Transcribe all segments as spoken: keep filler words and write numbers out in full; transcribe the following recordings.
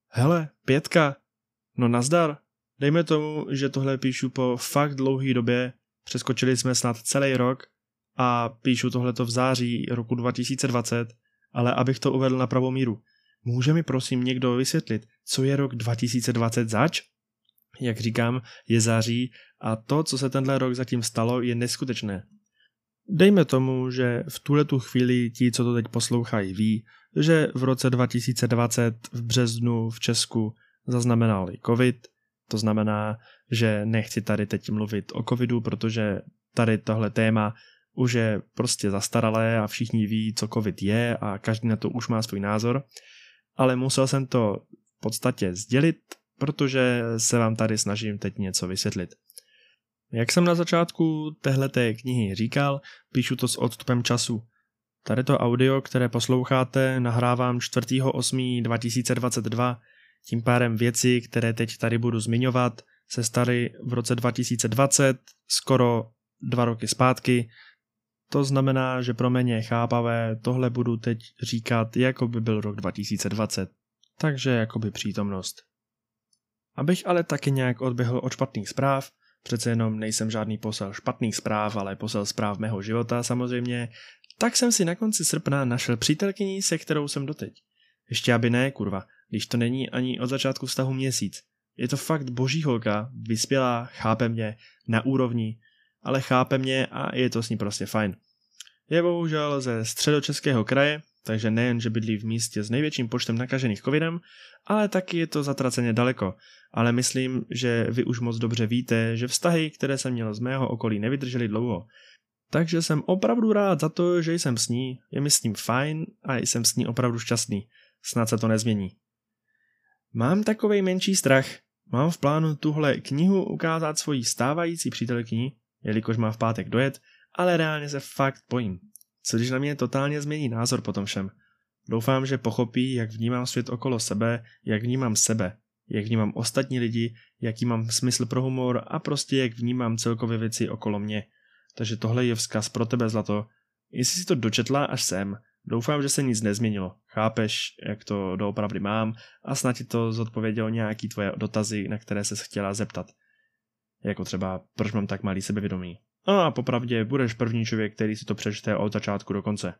Hele, pětka. No nazdar. Dejme tomu, že tohle píšu po fakt dlouhý době, přeskočili jsme snad celý rok a píšu tohleto v září roku dva tisíce dvacet, ale abych to uvedl na pravou míru. Může mi prosím někdo vysvětlit, co je rok dva tisíce dvacet zač? Jak říkám, je září a to, co se tenhle rok zatím stalo, je neskutečné. Dejme tomu, že v tuhletu chvíli ti, co to teď poslouchají, ví, že v roce dva tisíce dvacet v březnu v Česku zaznamenali covid. To znamená, že nechci tady teď mluvit o covidu, protože tady tohle téma už je prostě zastaralé a všichni ví, co covid je a každý na to už má svůj názor. Ale musel jsem to v podstatě sdělit, protože se vám tady snažím teď něco vysvětlit. Jak jsem na začátku téhleté knihy říkal, píšu to s odstupem času. Tady to audio, které posloucháte, nahrávám čtvrtého osmého dva tisíce dvacet dva, tím pádem věci, které teď tady budu zmiňovat, se staly v roce dva tisíce dvacet, skoro dva roky zpátky. To znamená, že pro mě je chápavé, tohle budu teď říkat, jako by byl rok dva tisíce dvacet. Takže jakoby přítomnost. Abych ale taky nějak odběhl od špatných zpráv, přece jenom nejsem žádný posel špatných zpráv, ale posel zpráv mého života samozřejmě, tak jsem si na konci srpna našel přítelkyni, se kterou jsem doteď. Ještě aby ne, kurva, když to není ani od začátku vztahu měsíc. Je to fakt boží holka, vyspělá, chápe mě, na úrovni, ale chápe mě a je to s ní prostě fajn. Je bohužel ze středočeského kraje, takže nejen, že bydlí v místě s největším počtem nakažených covidem, ale taky je to zatraceně daleko. Ale myslím, že vy už moc dobře víte, že vztahy, které jsem měl z mého okolí, nevydržely dlouho. Takže jsem opravdu rád za to, že jsem s ní, je mi s ním fajn a jsem s ní opravdu šťastný. Snad se to nezmění. Mám takovej menší strach. Mám v plánu tuhle knihu ukázat svojí stávající přítelkyni, jelikož má v pátek dojet, ale reálně se fakt bojím. Co když na mě totálně změní názor po tom všem? Doufám, že pochopí, jak vnímám svět okolo sebe, jak vnímám sebe, jak vnímám ostatní lidi, jaký mám smysl pro humor a prostě jak vnímám celkově věci okolo mě. Takže tohle je vzkaz pro tebe, zlato. Jestli si to dočetla až sem, doufám, že se nic nezměnilo. Chápeš, jak to doopravdy mám a snad ti to zodpovědělo nějaký tvoje dotazy, na které ses chtěla zeptat. Jako třeba, proč mám tak malý sebevědomí. No a popravdě budeš první člověk, který si to přečte od začátku do konce.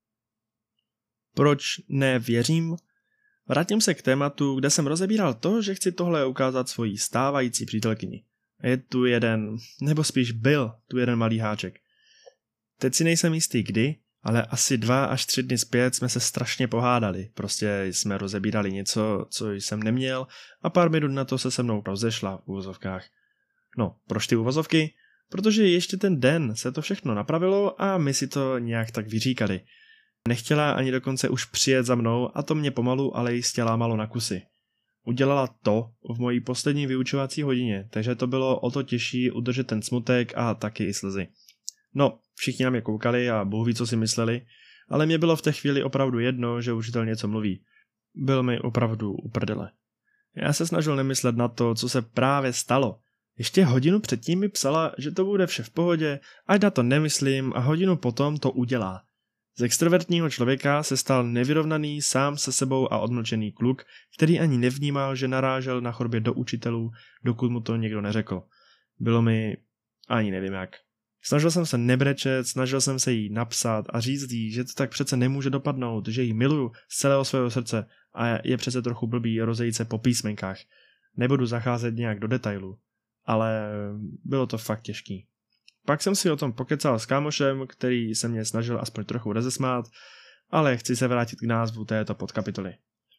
Proč nevěřím? Vrátím se k tématu, kde jsem rozebíral to, že chci tohle ukázat svojí stávající přítelkyni. Je tu jeden, nebo spíš byl tu jeden malý háček. Teď si nejsem jistý kdy, ale asi dva až tři dny zpět jsme se strašně pohádali. Prostě jsme rozebírali něco, co jsem neměl a pár minut na to se se mnou rozešla v uvozovkách. No, proč ty uvozovky? Protože ještě ten den se to všechno napravilo a my si to nějak tak vyříkali. Nechtěla ani dokonce už přijet za mnou a to mě pomalu, ale jistě lámalo na kusy. Udělala to v mojí poslední vyučovací hodině, takže to bylo o to těžší udržet ten smutek a taky i slzy. No, všichni na mě koukali a Bůh ví, co si mysleli, ale mě bylo v té chvíli opravdu jedno, že učitel něco mluví. Byl mi opravdu u prdele. Já se snažil nemyslet na to, co se právě stalo. Ještě hodinu předtím mi psala, že to bude vše v pohodě, ať na to nemyslím a hodinu potom to udělá. Z extrovertního člověka se stal nevyrovnaný, sám se sebou a odmlčený kluk, který ani nevnímal, že narážel na chodbě do učitelů, dokud mu to někdo neřekl. Bylo mi ani nevím jak. Snažil jsem se nebrečet, snažil jsem se jí napsat a říct jí, že to tak přece nemůže dopadnout, že jí miluju z celého svého srdce a je přece trochu blbý rozejít se po písmenkách. Nebudu zacházet nějak do detailů, ale bylo to fakt těžký. Pak jsem si o tom pokecal s kámošem, který se mě snažil aspoň trochu rozesmát, ale chci se vrátit k názvu této podkapitoly.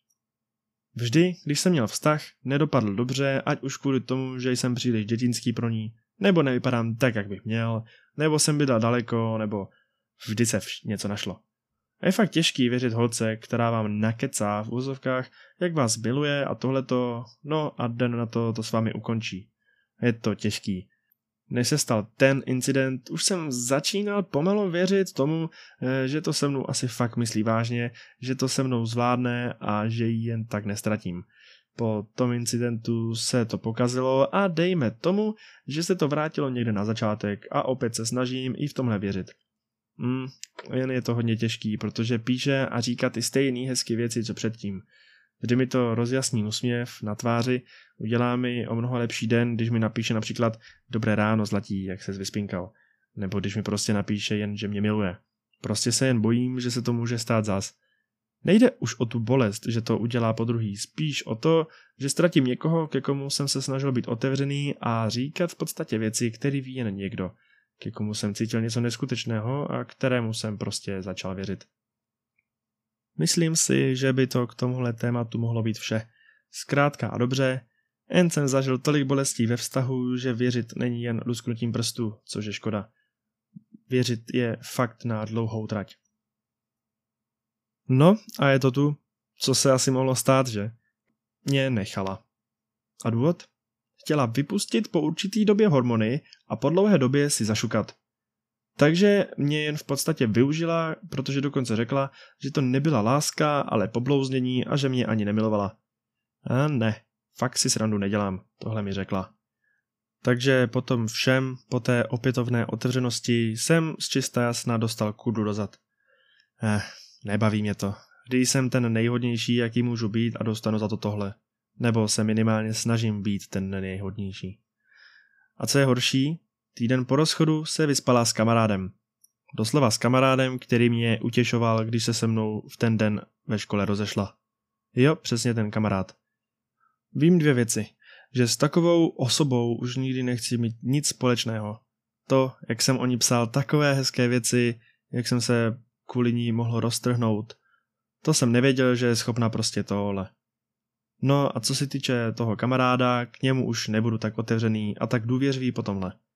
Vždy, když jsem měl vztah, nedopadl dobře, ať už kvůli tomu, že jsem příliš dětinský pro ní, nebo nevypadám tak, jak bych měl, nebo jsem bydlel daleko, nebo vždy se vš- něco našlo. A je fakt těžký věřit holce, která vám nakecá v úzovkách, jak vás miluje a tohleto, no a den na to to s vámi ukončí. Je to těžký. Než se stal ten incident, už jsem začínal pomalu věřit tomu, že to se mnou asi fakt myslí vážně, že to se mnou zvládne a že ji jen tak nestratím. Po tom incidentu se to pokazilo a dejme tomu, že se to vrátilo někde na začátek a opět se snažím i v tomhle věřit. Hmm, jen je to hodně těžký, protože píše a říká ty stejný hezky věci, co předtím. Vždy mi to rozjasní úsměv na tváři, udělá mi o mnoho lepší den, když mi napíše například dobré ráno zlatí, jak ses vyspinkal. Nebo když mi prostě napíše jen, že mě miluje. Prostě se jen bojím, že se to může stát zas. Nejde už o tu bolest, že to udělá podruhý, spíš o to, že ztratím někoho, ke komu jsem se snažil být otevřený a říkat v podstatě věci, které ví jen někdo, ke komu jsem cítil něco neskutečného a kterému jsem prostě začal věřit. Myslím si, že by to k tomuhle tématu mohlo být vše. Zkrátka a dobře, jen jsem zažil tolik bolestí ve vztahu, že věřit není jen lusknutím prstů, což je škoda. Věřit je fakt na dlouhou trať. No a je to tu, co se asi mohlo stát, že? Mě nechala. A důvod? Chtěla vypustit po určitý době hormony a po dlouhé době si zašukat. Takže mě jen v podstatě využila, protože dokonce řekla, že to nebyla láska, ale poblouznění a že mě ani nemilovala. A ne, fakt si srandu nedělám, tohle mi řekla. Takže potom všem, po té opětovné otevřenosti, jsem z čista jasna dostal kudu do zad. Eh, nebaví mě to. Když jsem ten nejhodnější, jaký můžu být a dostanu za to tohle. Nebo se minimálně snažím být ten nejhodnější. A co je horší? Týden po rozchodu se vyspala s kamarádem. Doslova s kamarádem, který mě utěšoval, když se se mnou v ten den ve škole rozešla. Jo, přesně ten kamarád. Vím dvě věci. Že s takovou osobou už nikdy nechci mít nic společného. To, jak jsem o ní psal takové hezké věci, jak jsem se kvůli ní mohl roztrhnout, to jsem nevěděl, že je schopna prostě tohle. No a co se týče toho kamaráda, k němu už nebudu tak otevřený a tak důvěřivý po tomhle.